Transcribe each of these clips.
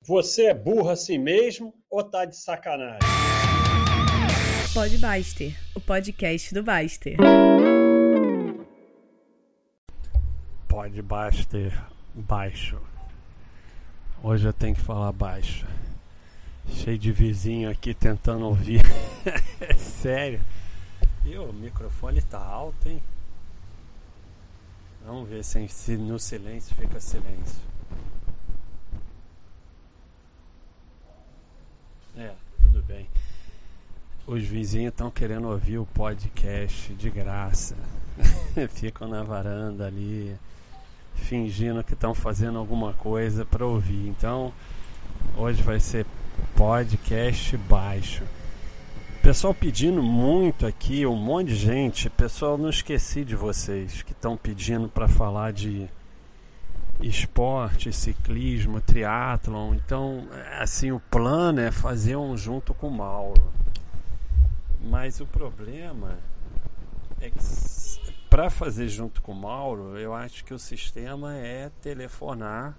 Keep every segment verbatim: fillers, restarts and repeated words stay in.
Você é burro assim mesmo ou tá de sacanagem? Pod Baster, o podcast do Baster. Pod Baster baixo. Hoje eu tenho que falar baixo. Cheio de vizinho aqui tentando ouvir. É sério. E o microfone tá alto, hein? Vamos ver se no silêncio fica silêncio. É, tudo bem. Os vizinhos estão querendo ouvir o podcast de graça. Ficam na varanda ali, fingindo que estão fazendo alguma coisa para ouvir. Então, hoje vai ser podcast baixo. Pessoal pedindo muito aqui, um monte de gente. Pessoal, não esqueci de vocês que estão pedindo para falar de esporte, ciclismo, triatlon. Então, assim, o plano é fazer um junto com o Mauro. Mas o problema é que para fazer junto com o Mauro, eu acho que o sistema é telefonar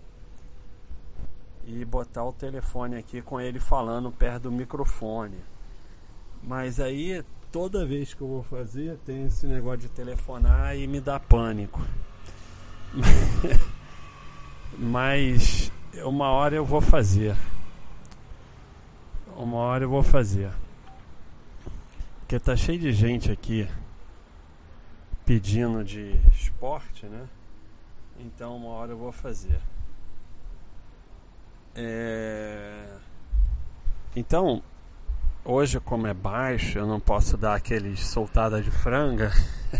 e botar o telefone aqui com ele falando perto do microfone. Mas aí, toda vez que eu vou fazer, tem esse negócio de telefonar e me dá pânico. Mas uma hora eu vou fazer. Uma hora eu vou fazer. Porque tá cheio de gente aqui pedindo de esporte, né? Então uma hora eu vou fazer. É... Então, hoje como é baixo, eu não posso dar aqueles soltada de franga.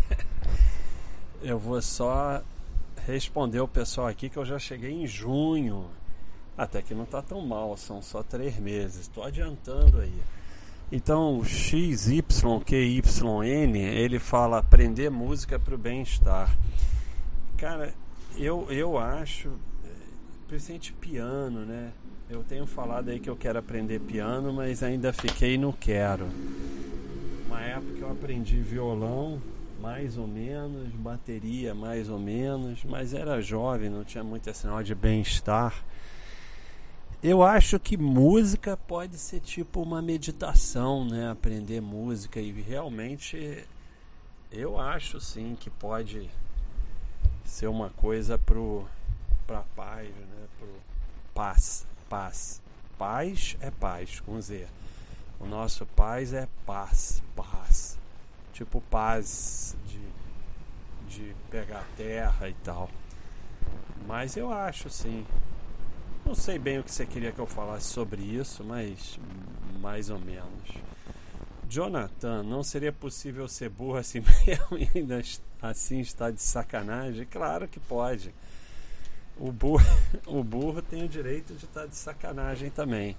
Eu vou só responder o pessoal aqui que eu já cheguei em junho. Até que não tá tão mal, são só três meses. Estou adiantando aí. Então, o X Y Q Y N, ele fala aprender música para o bem-estar. Cara, eu, eu acho, principalmente piano, né? Eu tenho falado aí que eu quero aprender piano, mas ainda fiquei no quero. Uma época eu aprendi violão, mais ou menos, bateria, mais ou menos, mas era jovem, não tinha muito esse negócio de bem-estar. Eu acho que música pode ser tipo uma meditação, né? Aprender música, e realmente eu acho sim que pode ser uma coisa pro pra paz, né? Pro paz, paz. Paz é paz com Z. O nosso paz é paz, paz. Tipo paz de, de pegar terra e tal. Mas eu acho sim. Não sei bem o que você queria que eu falasse sobre isso, mas mais ou menos. Jonathan, não seria possível ser burro assim mesmo e ainda assim estar de sacanagem? Claro que pode. O burro, o burro tem o direito de estar de sacanagem também.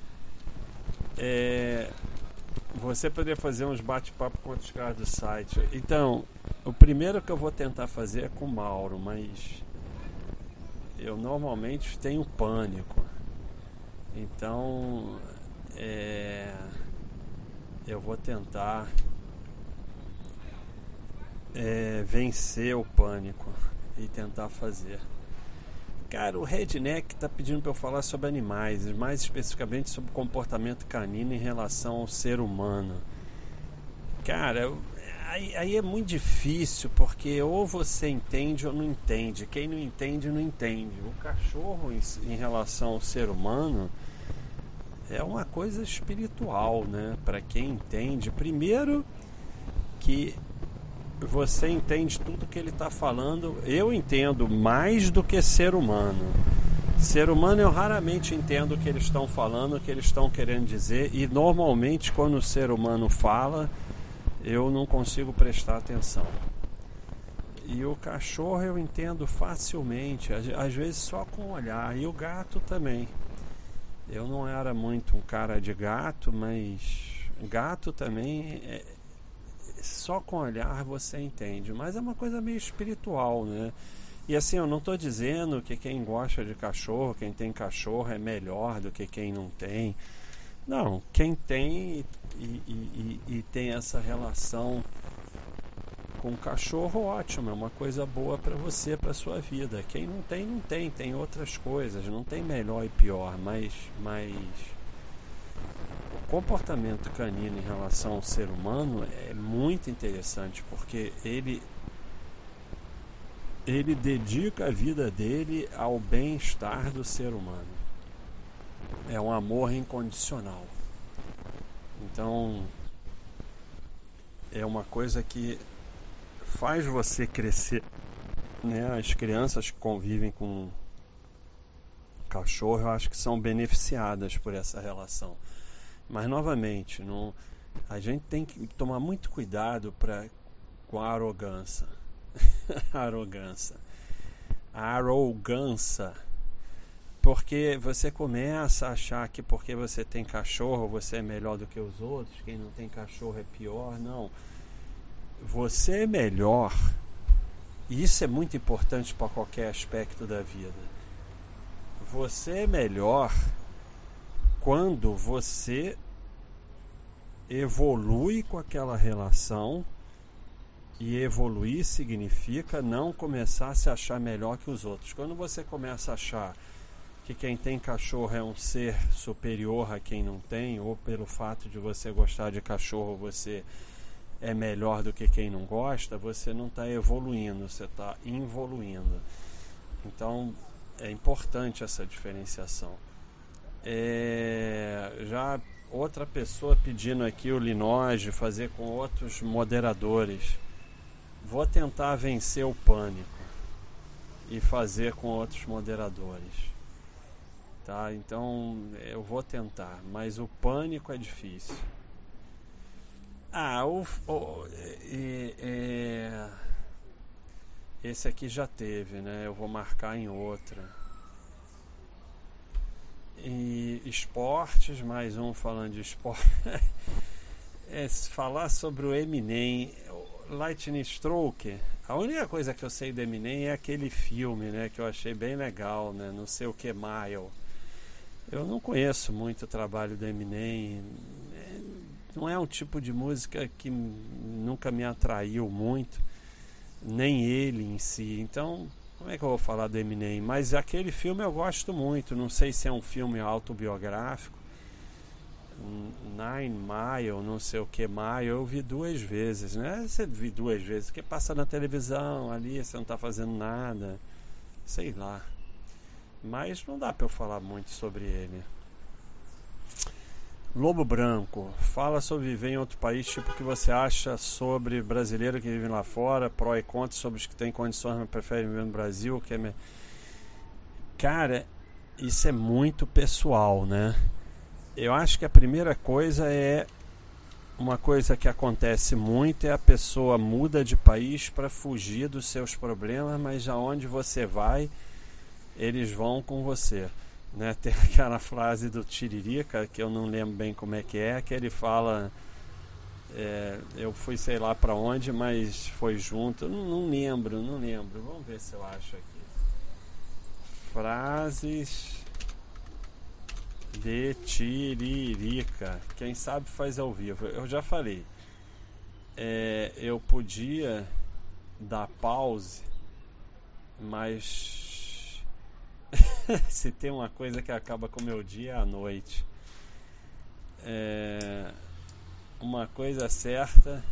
É, você poderia fazer uns bate-papo com outros caras do site. Então, o primeiro que eu vou tentar fazer é com o Mauro, mas eu normalmente tenho pânico. Então é, eu vou tentar é, vencer o pânico e tentar fazer. Cara, o Redneck tá pedindo para eu falar sobre animais, mais especificamente sobre comportamento canino em relação ao ser humano. Cara, Aí, aí é muito difícil, porque ou você entende ou não entende. Quem não entende, não entende. O cachorro, em, em relação ao ser humano, é uma coisa espiritual, né? Para quem entende. Primeiro, que você entende tudo que ele está falando. Eu entendo mais do que ser humano. Ser humano, eu raramente entendo o que eles estão falando, o que eles estão querendo dizer. E normalmente, quando o ser humano fala, eu não consigo prestar atenção. E o cachorro eu entendo facilmente, às vezes só com o olhar. E o gato também. Eu não era muito um cara de gato, mas gato também, é, só com o olhar você entende. Mas é uma coisa meio espiritual, né? E assim, eu não estou dizendo que quem gosta de cachorro, quem tem cachorro é melhor do que quem não tem. Não, quem tem e, e, e, e tem essa relação com um cachorro, ótimo, é uma coisa boa para você, para sua vida. Quem não tem, não tem, tem outras coisas, não tem melhor e pior, mas, mas o comportamento canino em relação ao ser humano é muito interessante, porque ele ele dedica a vida dele ao bem-estar do ser humano. É um amor incondicional. Então, é uma coisa que faz você crescer, né? As crianças que convivem com cachorro, eu acho que são beneficiadas por essa relação. Mas, novamente, não, a gente tem que tomar muito cuidado pra, com a arrogância. a arrogância. A arrogância. Porque você começa a achar que porque você tem cachorro você é melhor do que os outros, quem não tem cachorro é pior. Não. Você é melhor, e isso é muito importante para qualquer aspecto da vida. Você é melhor quando você evolui com aquela relação, e evoluir significa não começar a se achar melhor que os outros. Quando você começa a achar que quem tem cachorro é um ser superior a quem não tem, ou pelo fato de você gostar de cachorro você é melhor do que quem não gosta, você não está evoluindo, você está involuindo. Então é importante essa diferenciação. É, já outra pessoa pedindo aqui o Linoge fazer com outros moderadores. Vou tentar vencer o pânico e fazer com outros moderadores. Tá, então eu vou tentar, mas o pânico é difícil. Ah, o, o é, é, esse aqui já teve, né? Eu vou marcar em outra. E esportes, mais um falando de esporte. É, falar sobre o Eminem, Lightning Stroke. A única coisa que eu sei do Eminem é aquele filme, né? Que eu achei bem legal, né? Não sei o que, Mile. Eu não conheço muito o trabalho do Eminem, não é um tipo de música que nunca me atraiu muito, nem ele em si. Então, como é que eu vou falar do Eminem? Mas aquele filme eu gosto muito, não sei se é um filme autobiográfico. Nine Mile, não sei o que Mile, eu vi duas vezes, né? Você vi duas vezes, porque passa na televisão ali, você não está fazendo nada, sei lá. Mas não dá para eu falar muito sobre ele. Lobo Branco, fala sobre viver em outro país, tipo o que você acha sobre brasileiro que vive lá fora, pró e contra sobre os que têm condições, mas preferem viver no Brasil, que é me... Cara, isso é muito pessoal, né? Eu acho que a primeira coisa é uma coisa que acontece muito, é a pessoa muda de país para fugir dos seus problemas, mas aonde você vai eles vão com você, né? Tem aquela frase do Tiririca que eu não lembro bem como é que é, que ele fala é, eu fui sei lá para onde, mas foi junto. Eu não, não lembro, não lembro. Vamos ver se eu acho aqui. Frases de Tiririca. Quem sabe faz ao vivo. Eu já falei. É, eu podia dar pause, mas se tem uma coisa que acaba com o meu dia é a noite. É, uma coisa certa,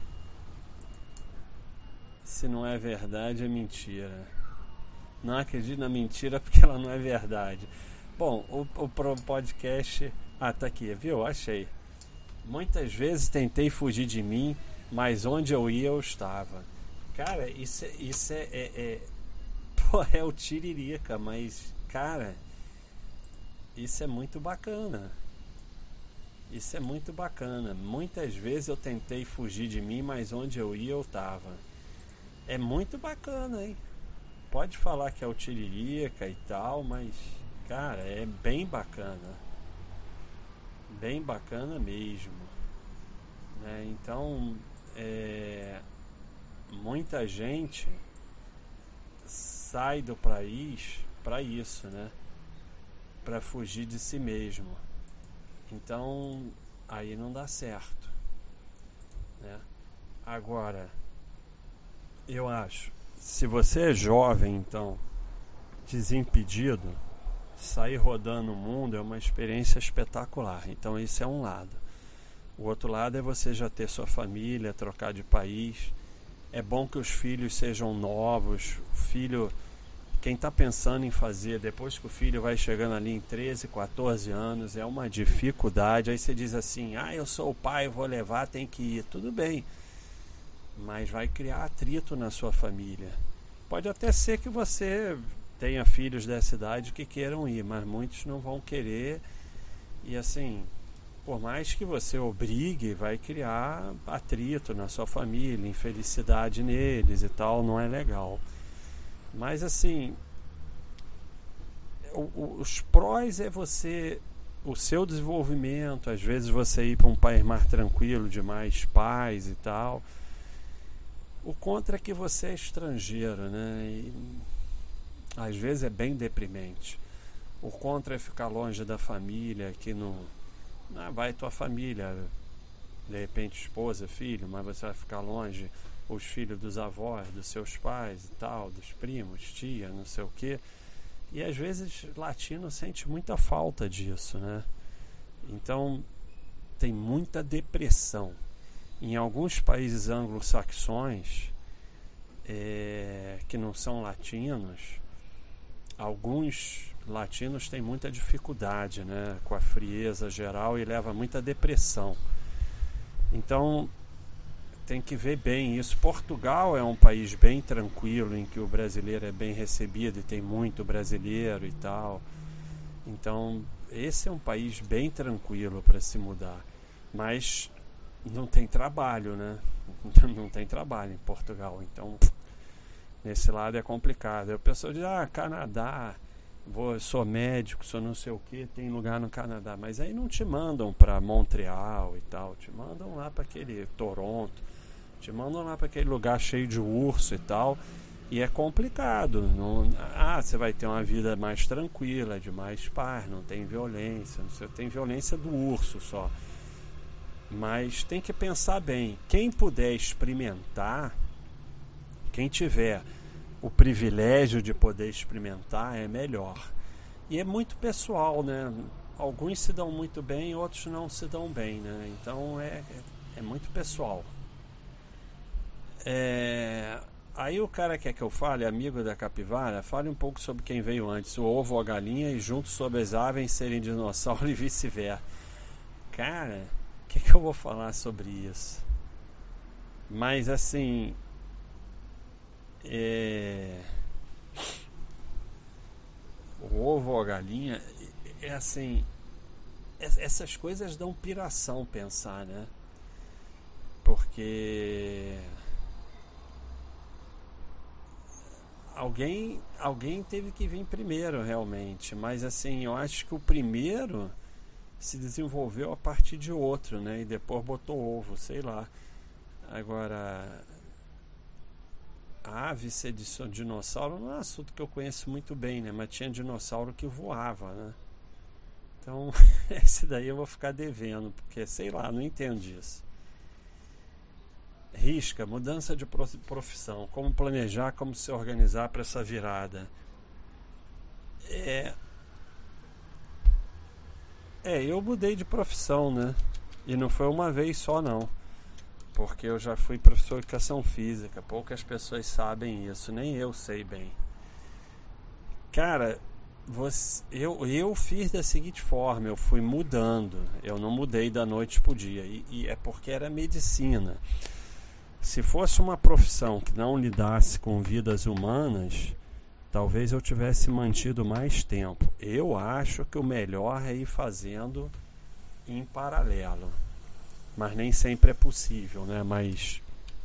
se não é verdade, é mentira. Não acredito na mentira porque ela não é verdade. Bom, o, o podcast... Ah, tá aqui, viu? Achei. Muitas vezes tentei fugir de mim, mas onde eu ia eu estava. Cara, isso, isso é... é, é pô, é o Tiririca, mas... Cara, isso é muito bacana. Isso é muito bacana. Muitas vezes eu tentei fugir de mim, mas onde eu ia eu tava. É muito bacana, hein? Pode falar que é o Tiririca e tal, mas, cara, é bem bacana. Bem bacana mesmo. Né? Então, é, muita gente sai do país para isso, né? Para fugir de si mesmo. Então, aí não dá certo, né? Agora, eu acho, se você é jovem, então, desimpedido, sair rodando o mundo é uma experiência espetacular. Então isso é um lado. O outro lado é você já ter sua família, trocar de país. É bom que os filhos sejam novos. O filho, quem está pensando em fazer, depois que o filho vai chegando ali em treze, quatorze anos, é uma dificuldade. Aí você diz assim, ah, eu sou o pai, vou levar, tem que ir. Tudo bem, mas vai criar atrito na sua família. Pode até ser que você tenha filhos dessa idade que queiram ir, mas muitos não vão querer. E assim, por mais que você obrigue, vai criar atrito na sua família, infelicidade neles e tal, não é legal. Mas assim, o, o, os prós é você, o seu desenvolvimento, às vezes você ir para um país mais tranquilo, de mais paz e tal. O contra é que você é estrangeiro, né? E às vezes é bem deprimente. O contra é ficar longe da família, que não... Ah, vai tua família, de repente esposa, filho, mas você vai ficar longe, os filhos dos avós, dos seus pais e tal, dos primos, tia, não sei o quê. E às vezes latino sente muita falta disso, né? Então tem muita depressão. Em alguns países anglo-saxões, é, que não são latinos, alguns latinos têm muita dificuldade, né, com a frieza geral e leva muita depressão. Então tem que ver bem isso. Portugal é um país bem tranquilo, em que o brasileiro é bem recebido e tem muito brasileiro e tal. Então esse é um país bem tranquilo para se mudar, mas não tem trabalho, né? Não tem trabalho em Portugal, então nesse lado é complicado. Aí a pessoa diz, ah, Canadá, vou, sou médico, sou não sei o que, tem lugar no Canadá, mas aí não te mandam para Montreal e tal, te mandam lá para aquele Toronto, te mandam lá para aquele lugar cheio de urso e tal, e é complicado. Não, ah, você vai ter uma vida mais tranquila, de mais paz, não tem violência, não sei, tem violência do urso só. Mas tem que pensar bem, quem puder experimentar, quem tiver o privilégio de poder experimentar, é melhor. E é muito pessoal, né? Alguns se dão muito bem, outros não se dão bem, né? Então é, é muito pessoal. É... Aí o cara quer que eu fale, amigo da capivara, fale um pouco sobre quem veio antes, o ovo ou a galinha, e juntos sobre as aves serem dinossauro e vice-versa. Cara, o que, que eu vou falar sobre isso? Mas assim... É... o ovo ou a galinha é assim, essas coisas dão piração pensar, né? Porque alguém alguém teve que vir primeiro realmente, mas assim, eu acho que o primeiro se desenvolveu a partir de outro, né? E depois botou ovo, sei lá. Agora, a ave ser de dinossauro não é um assunto que eu conheço muito bem, né? Mas tinha dinossauro que voava, né? Então, esse daí eu vou ficar devendo, porque, sei lá, não entendo disso. Risca, mudança de profissão. Como planejar, como se organizar para essa virada. É... É, eu mudei de profissão, né? E não foi uma vez só, não. Porque eu já fui professor de educação física, poucas pessoas sabem isso, nem eu sei bem. Cara, você, eu, eu fiz da seguinte forma, eu fui mudando, eu não mudei da noite pro dia, e, e é porque era medicina. Se fosse uma profissão que não lidasse com vidas humanas, talvez eu tivesse mantido mais tempo. Eu acho que o melhor é ir fazendo em paralelo. Mas nem sempre é possível, né? Mas...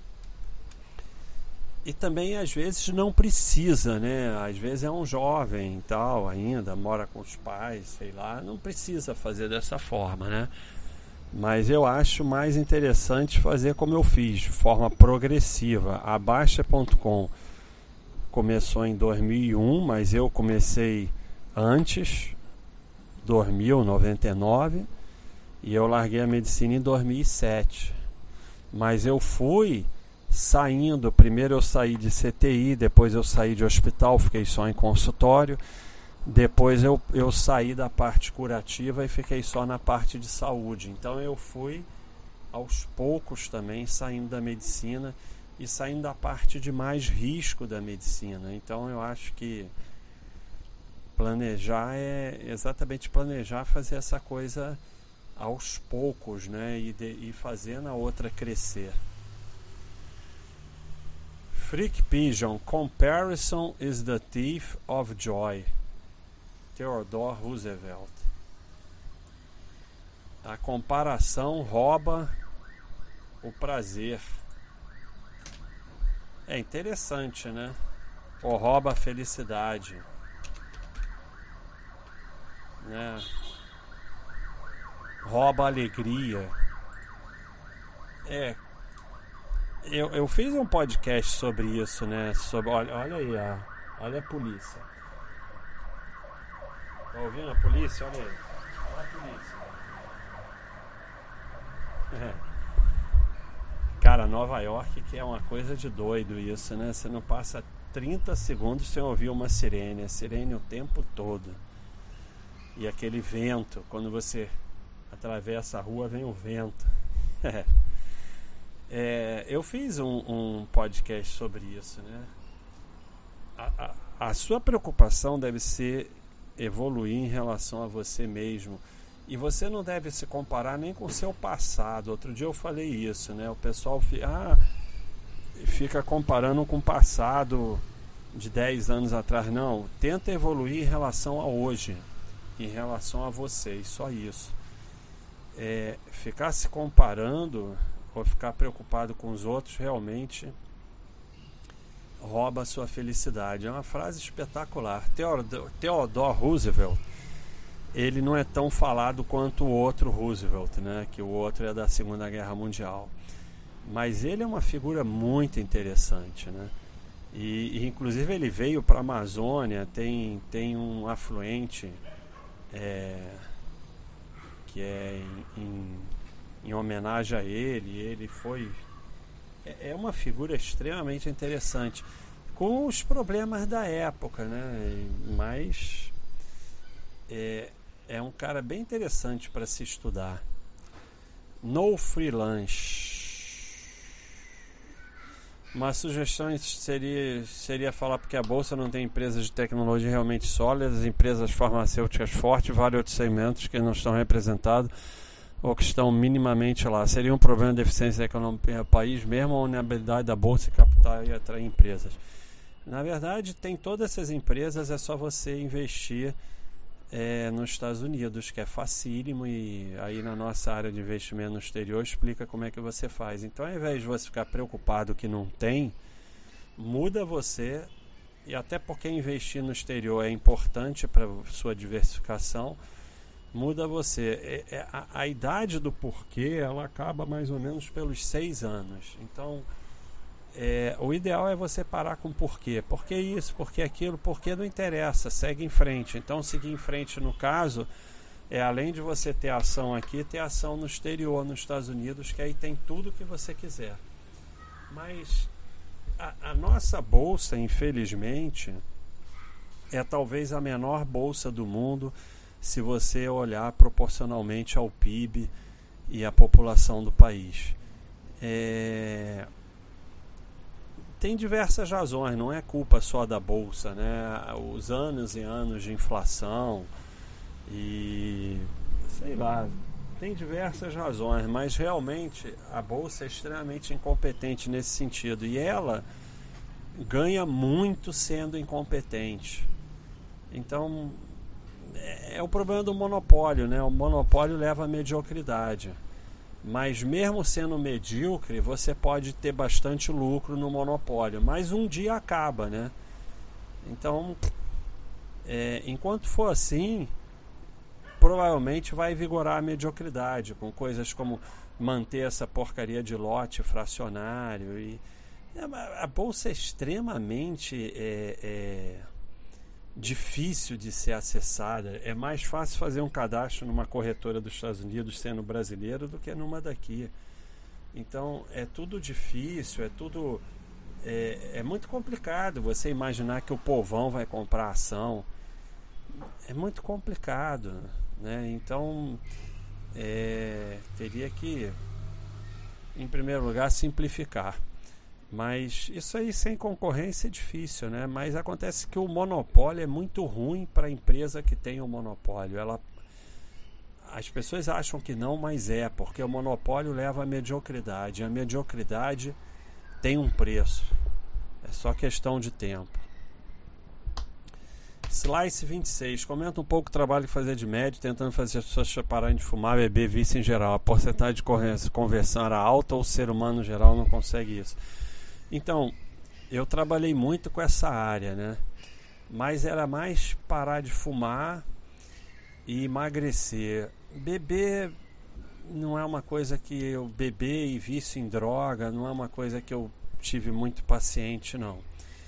E também às vezes não precisa, né? Às vezes é um jovem e tal ainda, mora com os pais, sei lá, não precisa fazer dessa forma, né? Mas eu acho mais interessante fazer como eu fiz, de forma progressiva. A Baixa ponto com começou em dois mil e um, mas eu comecei antes, dois mil, noventa e nove, e eu larguei a medicina em dois mil e sete. Mas eu fui saindo, primeiro eu saí de C T I, depois eu saí de hospital, fiquei só em consultório, depois eu, eu saí da parte curativa e fiquei só na parte de saúde. Então eu fui aos poucos também saindo da medicina e saindo da parte de mais risco da medicina. Então eu acho que planejar é exatamente planejar fazer essa coisa aos poucos, né? E, de, e fazendo a outra crescer. Freak Pigeon, comparison is the thief of joy. Theodore Roosevelt. A comparação rouba o prazer. É interessante, né? Ou rouba a felicidade, né? Rouba a alegria. É. Eu, eu fiz um podcast sobre isso, né? Sobre, olha, olha aí, ó, olha a polícia. Tá ouvindo a polícia? Olha aí. Olha a polícia. É. Cara, Nova York que é uma coisa de doido isso, né? Você não passa trinta segundos sem ouvir uma sirene. A sirene o tempo todo. E aquele vento, quando você atravessa a rua, vem o vento. É. É, eu fiz um, um podcast sobre isso, né? A, a, a sua preocupação deve ser evoluir em relação a você mesmo. E você não deve se comparar nem com o seu passado. Outro dia eu falei isso, né? O pessoal fica, ah, fica comparando com o passado de dez anos atrás. Não, tenta evoluir em relação a hoje, em relação a vocês, só isso. É, ficar se comparando ou ficar preocupado com os outros realmente rouba a sua felicidade. É uma frase espetacular. Theodore, Theodore Roosevelt, ele não é tão falado quanto o outro Roosevelt, né? Que o outro é da Segunda Guerra Mundial. Mas ele é uma figura muito interessante, né? E, e inclusive ele veio para a Amazônia, tem, tem um afluente é, que é em, em, em homenagem a ele. Ele foi... É, é uma figura extremamente interessante, com os problemas da época, né? Mas... É, é um cara bem interessante para se estudar. No free lunch. Uma sugestão seria, seria falar porque a Bolsa não tem empresas de tecnologia realmente sólidas, empresas farmacêuticas fortes, vários outros segmentos que não estão representados ou que estão minimamente lá. Seria um problema de eficiência econômica do país, mesmo a inabilidade da Bolsa de captar e atrair empresas. Na verdade, tem todas essas empresas, é só você investir É, nos Estados Unidos, que é facílimo, e aí na nossa área de investimento no exterior explica como é que você faz. Então, ao invés de você ficar preocupado que não tem, muda você, e até porque investir no exterior é importante para sua diversificação, muda você. É, é, a, a idade do porquê, ela acaba mais ou menos pelos seis anos. Então, É, o ideal é você parar com porquê. Por que isso? Por que aquilo? Porque não interessa, segue em frente. Então, seguir em frente no caso é, além de você ter ação aqui, ter ação no exterior, nos Estados Unidos, que aí tem tudo que você quiser. Mas a, a nossa bolsa, infelizmente, é talvez a menor bolsa do mundo se você olhar proporcionalmente ao P I B e à população do país. É... Tem diversas razões, não é culpa só da Bolsa, né? Os anos e anos de inflação e sei lá, tem diversas razões, mas realmente a Bolsa é extremamente incompetente nesse sentido, e ela ganha muito sendo incompetente. Então é o problema do monopólio, né? O monopólio leva à mediocridade. Mas mesmo sendo medíocre, você pode ter bastante lucro no monopólio. Mas um dia acaba, né? Então, é, enquanto for assim, provavelmente vai vigorar a mediocridade, com coisas como manter essa porcaria de lote fracionário. E a bolsa é extremamente é, é, difícil de ser acessada. É mais fácil fazer um cadastro numa corretora dos Estados Unidos sendo brasileiro do que numa daqui. Então é tudo difícil, é tudo é, é muito complicado você imaginar que o povão vai comprar ação. É muito complicado, né? Então é, teria que, em primeiro lugar, simplificar. Mas isso aí sem concorrência é difícil, né? Mas acontece que o monopólio é muito ruim para a empresa que tem o monopólio. Ela, as pessoas acham que não, mas é, porque o monopólio leva à mediocridade. A mediocridade tem um preço. É só questão de tempo. Slice vinte e seis. Comenta um pouco o trabalho que fazer de médio, tentando fazer as pessoas pararem de fumar, beber, vício em geral. A porcentagem de conversão era alta ou o ser humano no geral não consegue isso? Então, eu trabalhei muito com essa área, né? Mas era mais parar de fumar e emagrecer. Beber não é uma coisa que eu... Beber e vício em droga não é uma coisa que eu tive muito paciente, não.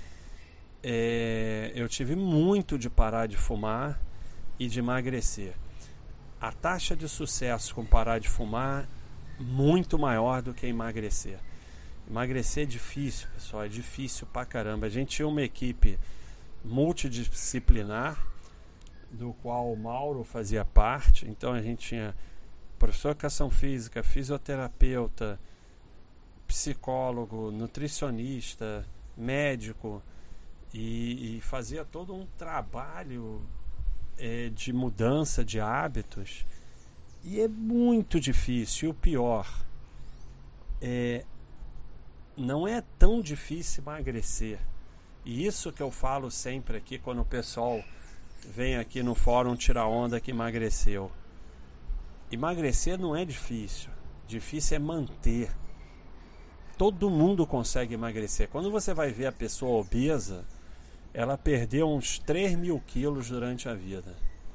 É, eu tive muito de parar de fumar e de emagrecer. A taxa de sucesso com parar de fumar muito maior do que emagrecer. Emagrecer é difícil, pessoal, é difícil pra caramba. A gente tinha uma equipe multidisciplinar, do qual o Mauro fazia parte. Então a gente tinha professor de educação física, fisioterapeuta, psicólogo, nutricionista, médico, e, e fazia todo um trabalho é, de mudança de hábitos. E é muito difícil. E o pior é não é tão difícil emagrecer. E isso que eu falo sempre aqui quando o pessoal vem aqui no fórum tirar onda que emagreceu. Emagrecer não é difícil. Difícil é manter. Todo mundo consegue emagrecer. Quando você vai ver a pessoa obesa, ela perdeu uns três mil quilos durante a vida.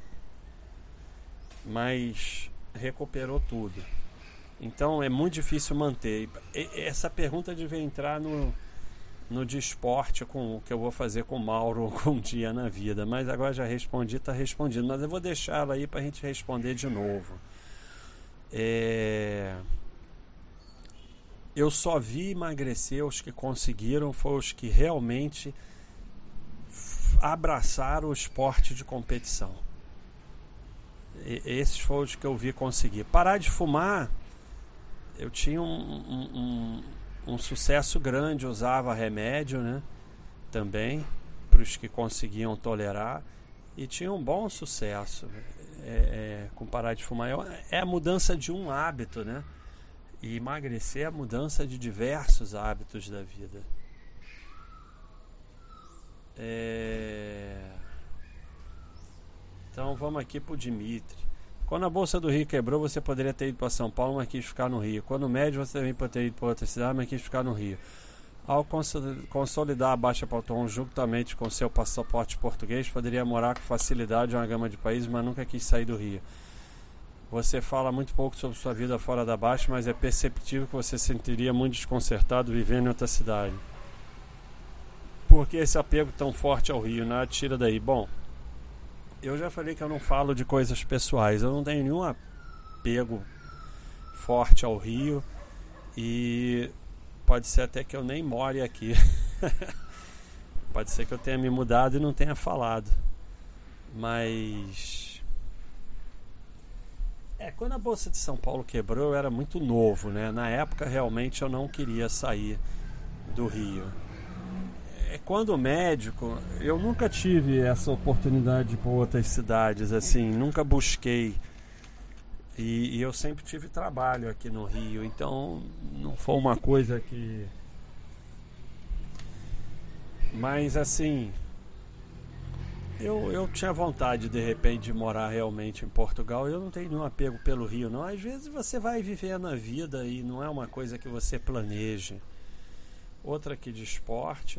Mas recuperou tudo. Então é muito difícil manter. E essa pergunta devia entrar no, no de esporte com, que eu vou fazer com o Mauro um dia na vida. Mas agora já respondi, está respondido. Mas eu vou deixar ela aí para a gente responder de novo. É... Eu só vi emagrecer os que conseguiram, foram os que realmente abraçaram o esporte de competição. E esses foram os que eu vi conseguir. Parar de fumar, eu tinha um, um, um, um sucesso grande, usava remédio, né? Também, para os que conseguiam tolerar, e tinha um bom sucesso é, é, com parar de fumar. É a mudança de um hábito, né? E emagrecer é a mudança de diversos hábitos da vida. É... Então vamos aqui para o Dimitri. Quando a Bolsa do Rio quebrou, você poderia ter ido para São Paulo, mas quis ficar no Rio. Quando o médio, você também poderia ter ido para outra cidade, mas quis ficar no Rio. Ao consolidar a Baixa Polton juntamente com seu passaporte português, poderia morar com facilidade em uma gama de países, mas nunca quis sair do Rio. Você fala muito pouco sobre sua vida fora da Baixa, mas é perceptível que você se sentiria muito desconcertado vivendo em outra cidade. Por que esse apego tão forte ao Rio? Nada tira daí. Bom, eu já falei que eu não falo de coisas pessoais. Eu não tenho nenhum apego forte ao Rio. E pode ser até que eu nem more aqui. Pode ser que eu tenha me mudado e não tenha falado. Mas... É, quando a Bolsa de São Paulo quebrou, eu era muito novo, né? Na época, realmente, eu não queria sair do Rio. É, quando médico, eu nunca tive essa oportunidade de ir para outras cidades, assim, nunca busquei. E, e eu sempre tive trabalho aqui no Rio, então não foi uma coisa que... Mas, assim... Eu, eu tinha vontade, de repente, de morar realmente em Portugal. Eu não tenho nenhum apego pelo Rio, não. Às vezes você vai vivendo a vida e não é uma coisa que você planeje. Outra aqui de esporte.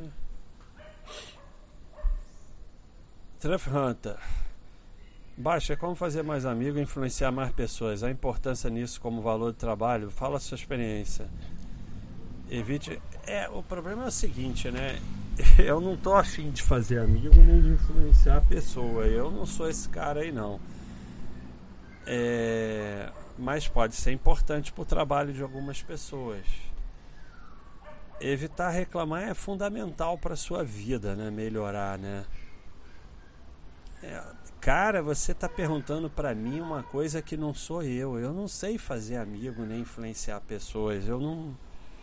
Truff Hunter. Baixa, como fazer mais amigos e influenciar mais pessoas? A importância nisso como valor de trabalho? Fala a sua experiência. Evite... É, o problema é o seguinte, né? Eu não tô afim de fazer amigo nem de influenciar a pessoa. Eu não sou esse cara aí, não. É... mas pode ser importante para o trabalho de algumas pessoas. Evitar reclamar é fundamental para a sua vida, né? Melhorar, né? É, cara, você está perguntando para mim uma coisa que não sou eu. Eu não sei fazer amigo nem influenciar pessoas. Eu não...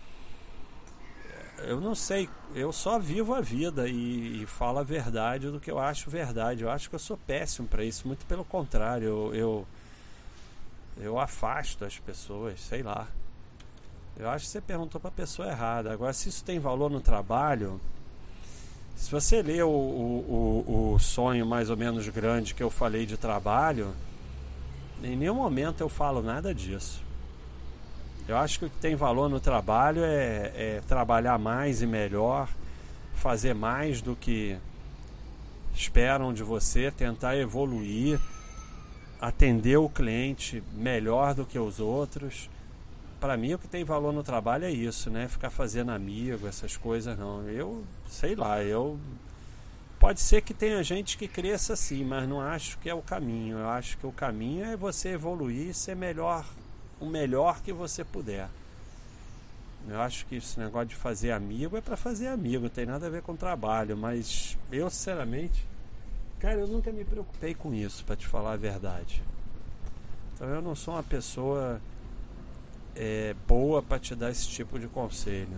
Eu não sei, eu só vivo a vida e, e falo a verdade do que eu acho verdade. Eu acho que eu sou péssimo para isso, muito pelo contrário, eu, eu, eu afasto as pessoas, sei lá. Eu acho que você perguntou para a pessoa errada. Agora, se isso tem valor no trabalho, se você ler o, o, o, o sonho mais ou menos grande que eu falei de trabalho, em nenhum momento eu falo nada disso. Eu acho que o que tem valor no trabalho é, é trabalhar mais e melhor, fazer mais do que esperam de você, tentar evoluir, atender o cliente melhor do que os outros. Para mim, o que tem valor no trabalho é isso, né? Ficar fazendo amigo, essas coisas não. Eu, sei lá, eu... Pode ser que tenha gente que cresça assim, mas não acho que é o caminho. Eu acho que o caminho é você evoluir e ser melhor, o melhor que você puder. Eu acho que esse negócio de fazer amigo é para fazer amigo, não tem nada a ver com trabalho, mas eu, sinceramente, cara, eu nunca me preocupei com isso, para te falar a verdade. Então eu não sou uma pessoa é, boa para te dar esse tipo de conselho.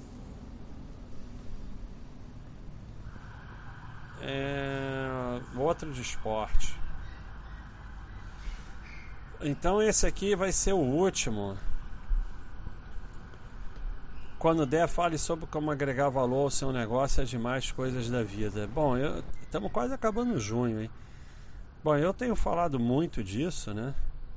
É, outro de esporte. Então esse aqui vai ser o último. Quando der, fale sobre como agregar valor ao seu negócio e as demais coisas da vida. Bom, estamos quase acabando junho, hein? Bom, eu tenho falado muito disso, né?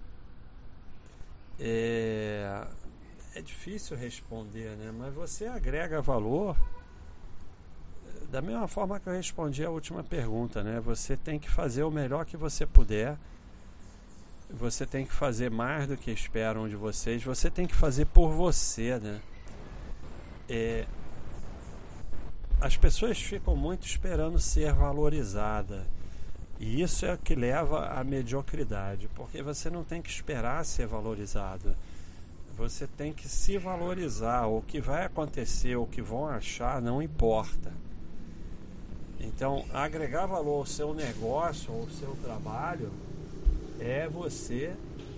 É, é difícil responder, né? Mas você agrega valor da mesma forma que eu respondi a última pergunta, né? Você tem que fazer o melhor que você puder. Você tem que fazer mais do que esperam de vocês. Você tem que fazer por você, né? É, as pessoas ficam muito esperando ser valorizada. E isso é o que leva à mediocridade. Porque você não tem que esperar ser valorizado. Você tem que se valorizar. O que vai acontecer, o que vão achar, não importa. Então, agregar valor ao seu negócio ou ao seu trabalho é você...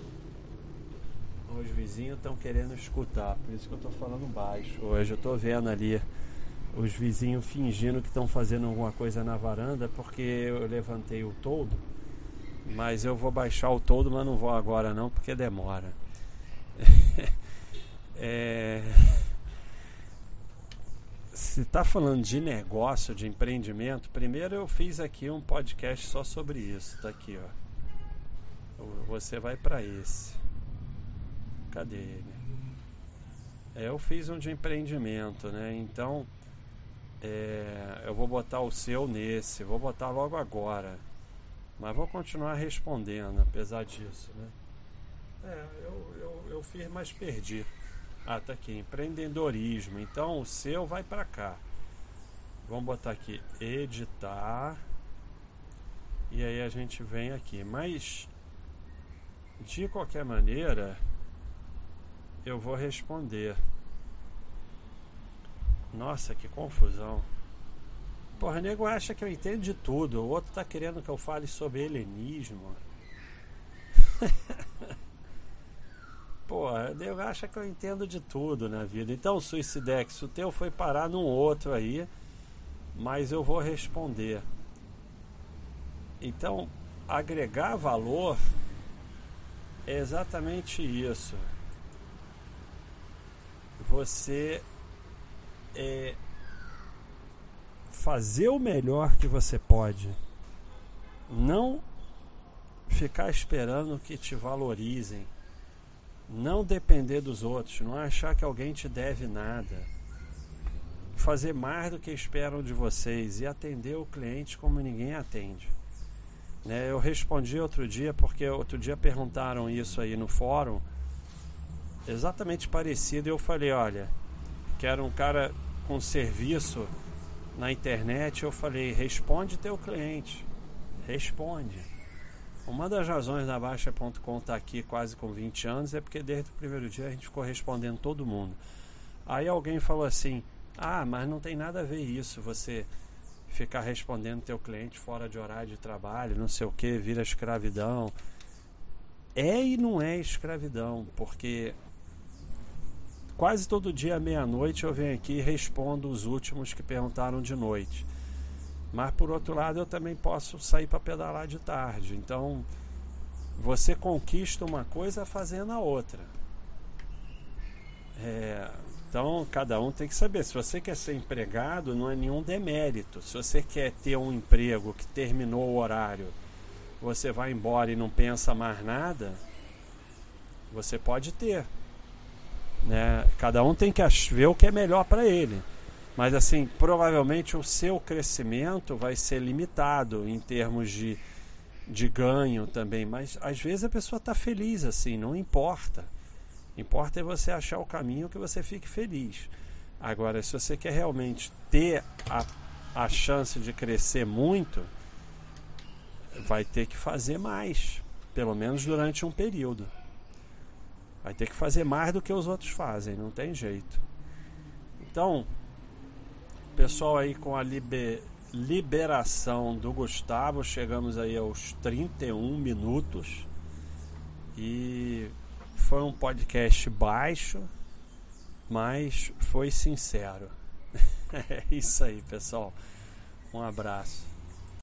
Os vizinhos estão querendo escutar, por isso que eu estou falando baixo. Hoje eu estou vendo ali os vizinhos fingindo que estão fazendo alguma coisa na varanda porque eu levantei o toldo, mas eu vou baixar o toldo, mas não vou agora não, porque demora. é... Se está falando de negócio, de empreendimento, primeiro eu fiz aqui um podcast só sobre isso, tá aqui, ó. Você vai para esse. Cadê ele? É, eu fiz um de empreendimento, né? Então é, eu vou botar o seu nesse, vou botar logo agora, mas vou continuar respondendo apesar disso, né? É, eu, eu, eu fiz, mas perdi. Ah, tá aqui, empreendedorismo. Então o seu vai para cá. Vamos botar aqui, editar. E aí a gente vem aqui. Mas de qualquer maneira eu vou responder. Nossa, que confusão. Porra, o nego acha que eu entendo de tudo. O outro tá querendo que eu fale sobre helenismo. Porra, o nego acha que eu entendo de tudo na vida. Então, Suicidex, o teu foi parar num outro aí, mas eu vou responder. Então, agregar valor é exatamente isso. Você é, fazer o melhor que você pode, não ficar esperando que te valorizem, não depender dos outros, não achar que alguém te deve nada, fazer mais do que esperam de vocês e atender o cliente como ninguém atende, né? Eu respondi outro dia, porque outro dia perguntaram isso aí no fórum, exatamente parecido, e eu falei, olha, que era um cara com serviço na internet, eu falei, responde teu cliente, responde, Uma das razões da Baixa ponto com estar aqui quase com vinte anos é porque desde o primeiro dia a gente ficou respondendo todo mundo. Aí alguém falou assim, ah, mas não tem nada a ver isso, você ficar respondendo teu cliente fora de horário de trabalho, não sei o que, vira escravidão. É e não é escravidão, porque quase todo dia à meia-noite eu venho aqui e respondo os últimos que perguntaram de noite. Mas por outro lado eu também posso sair para pedalar de tarde. Então você conquista uma coisa fazendo a outra. É, então cada um tem que saber. Se você quer ser empregado, não é nenhum demérito. Se você quer ter um emprego que terminou o horário, você vai embora e não pensa mais nada, você pode ter, né? Cada um tem que ver o que é melhor para ele. Mas assim, provavelmente o seu crescimento vai ser limitado em termos de, de ganho também. Mas às vezes a pessoa está feliz assim, não importa. Importa é você achar o caminho que você fique feliz. Agora, se você quer realmente ter a, a chance de crescer muito, vai ter que fazer mais, pelo menos durante um período. Vai ter que fazer mais do que os outros fazem, não tem jeito. Então, pessoal, aí com a liber, liberação do Gustavo, chegamos aí aos trinta e um minutos e foi um podcast baixo, mas foi sincero. É isso aí, pessoal. Um abraço.